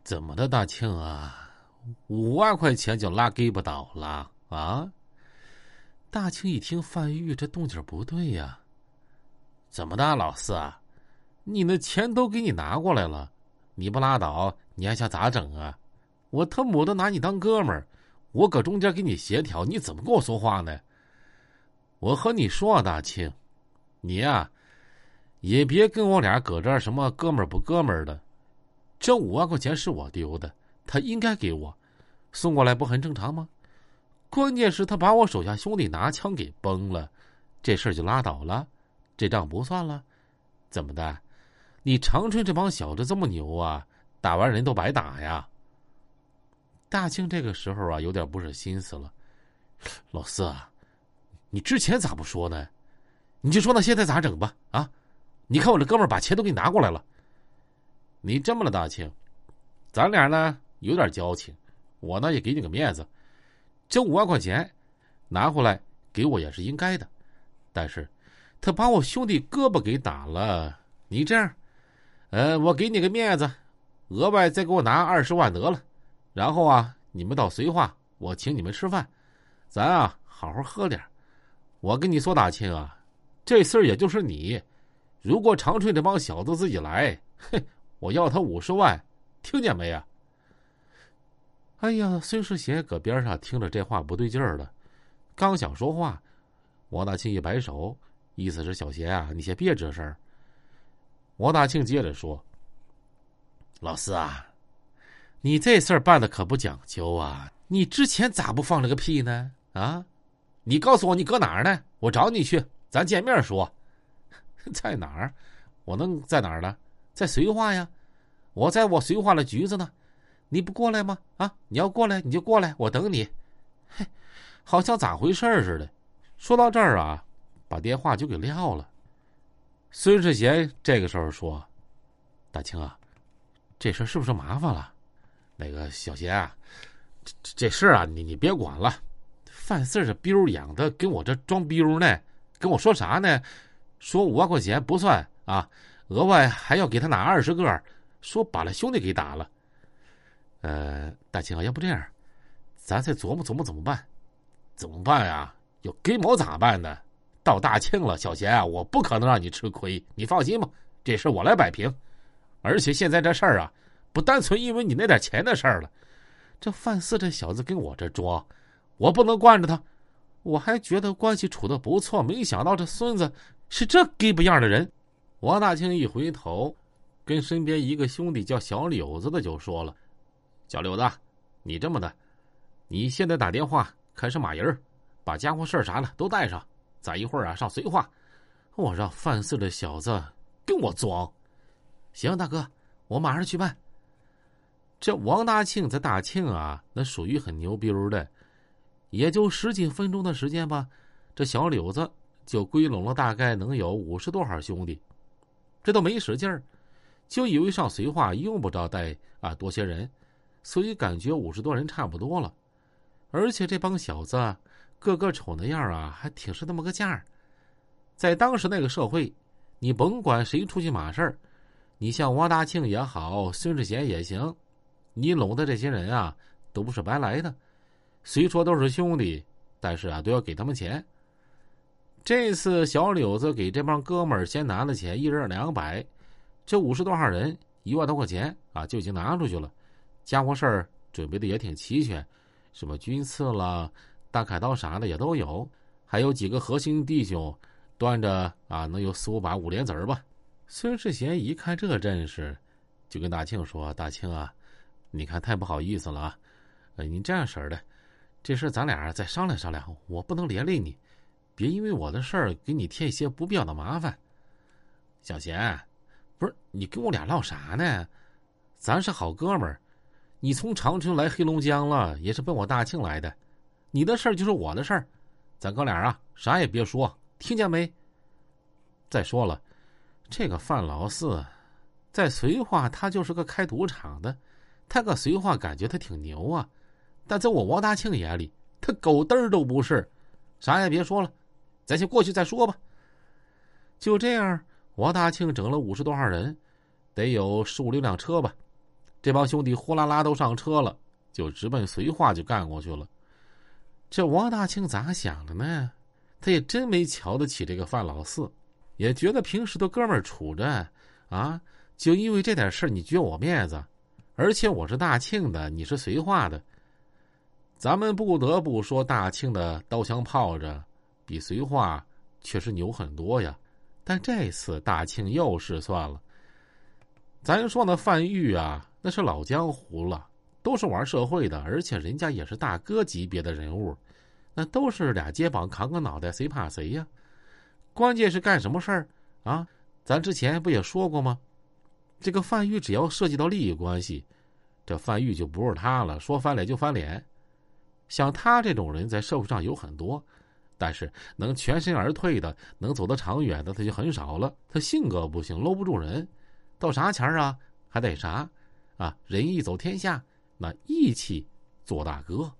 怎么的，大庆啊？5万块钱就拉给不倒了啊？大庆一听范玉这动静不对呀，怎么的，老四啊？你那钱都给你拿过来了，你不拉倒，你还想咋整啊？我他母的拿你当哥们儿，我搁中间给你协调，你怎么跟我说话呢？我和你说啊，大庆，你呀，也别跟我俩搁这儿什么哥们儿不哥们儿的。这5万块钱是我丢的，他应该给我，送过来不很正常吗？关键是他把我手下兄弟拿枪给崩了，这事儿就拉倒了，这账不算了。怎么的？你长春这帮小子这么牛啊？打完人都白打呀？大庆这个时候啊，有点不是心思了。老四啊，你之前咋不说呢？你就说那现在咋整吧？啊，你看我这哥们儿把钱都给你拿过来了。你这么了，大庆，咱俩呢有点交情，我呢也给你个面子，这5万块钱拿回来给我也是应该的。但是他把我兄弟胳膊给打了，你这样，我给你个面子，额外再给我拿20万得了。然后啊，你们到绥化，我请你们吃饭，咱啊好好喝点。我跟你说，大庆啊，这事儿也就是你，如果长春这帮小子自己来，哼，我要他50万，听见没啊？哎呀，孙世贤搁边上听着这话不对劲儿了，刚想说话，王大庆一摆手，意思是小贤啊，你先别吱声。王大庆接着说：“老四啊，你这事儿办的可不讲究啊！你之前咋不放了个屁呢？啊，你告诉我你搁哪儿呢？我找你去，咱见面说。在哪儿？我能在哪儿呢？在绥化呀，我在我绥化的局子呢。你不过来吗？啊，你要过来你就过来，我等你。嘿，好像咋回事似的。说到这儿啊，把电话就给撂了。孙世贤这个时候说：“大庆啊，这事是不是麻烦了？那个小贤啊，这事啊，你别管了。范四这逼养的，跟我这装逼呢，跟我说啥呢？说5万块钱不算啊，额外还要给他拿20个，说把他兄弟给打了。大庆啊，要不这样，咱再琢磨琢磨怎么办？怎么办呀？有给毛咋办呢？到大庆了，小贤啊，我不可能让你吃亏，你放心吧，这事我来摆平。而且现在这事儿啊，不单纯因为你那点钱的事儿了。这范四这小子跟我这装，我不能惯着他。我还觉得关系处得不错，没想到这孙子是这鸡巴样的人。”王大庆一回头，跟身边一个兄弟叫小柳子的就说了：“小柳子，你这么的，你现在打电话开始码人，把家伙事啥的都带上，咱一会儿啊上绥化，我让范四的小子跟我装。”“行，大哥，我马上去办。”这王大庆在大庆啊，那属于很牛逼的，也就10几分钟的时间吧，这小柳子就归拢了大概能有50多号兄弟。这都没使劲儿，就以为上绥化用不着带啊多些人，所以感觉50多人差不多了。而且这帮小子个个瞅那样啊，还挺是那么个价儿。在当时那个社会，你甭管谁出去码事儿，你像王大庆也好，孙世贤也行，你拢的这些人啊，都不是白来的。虽说都是兄弟，但是啊，都要给他们钱。这次小柳子给这帮哥们儿先拿了钱，一人200，这50多号人1万多块钱啊，就已经拿出去了。家伙事儿准备的也挺齐全，什么军刺啦、大砍刀啥的也都有，还有几个核心弟兄端着啊，能有4、5把5连子吧。孙世贤一看这阵势，就跟大庆说：“大庆啊，你看太不好意思了啊，你这样式儿的，这事咱俩再商量商量，我不能连累你，别因为我的事儿给你添一些不必要的麻烦。”“小贤，不是你跟我俩唠啥呢？咱是好哥们儿，你从长春来黑龙江了，也是奔我大庆来的，你的事儿就是我的事儿，咱哥俩啊啥也别说，听见没？再说了，这个范老四在绥化他就是个开赌场的，他搁绥化感觉他挺牛啊，但在我王大庆眼里，他狗嘚儿都不是。啥也别说了，咱先过去再说吧。”就这样，王大庆整了50多号人，得有15、16辆车吧， 这帮兄弟呼啦啦都上车了，就直奔绥化就干过去了。这王大庆咋想的呢？他也真没瞧得起这个范老四，也觉得平时都哥们儿处着啊，就因为这点事你撅我面子，而且我是大庆的，你是绥化的，咱们不得不说大庆的刀枪炮着比绥化确实牛很多呀。但这次大庆又失算了。咱说那范玉啊，那是老江湖了，都是玩社会的，而且人家也是大哥级别的人物，那都是俩肩膀扛个脑袋，谁怕谁呀？关键是干什么事儿啊？咱之前不也说过吗？这个范玉只要涉及到利益关系，这范玉就不是他了，说翻脸就翻脸。像他这种人在社会上有很多，但是能全身而退的，能走得长远的他就很少了。他性格不行，搂不住人，到啥钱啊还得啥啊？仁义走天下，那义气做大哥。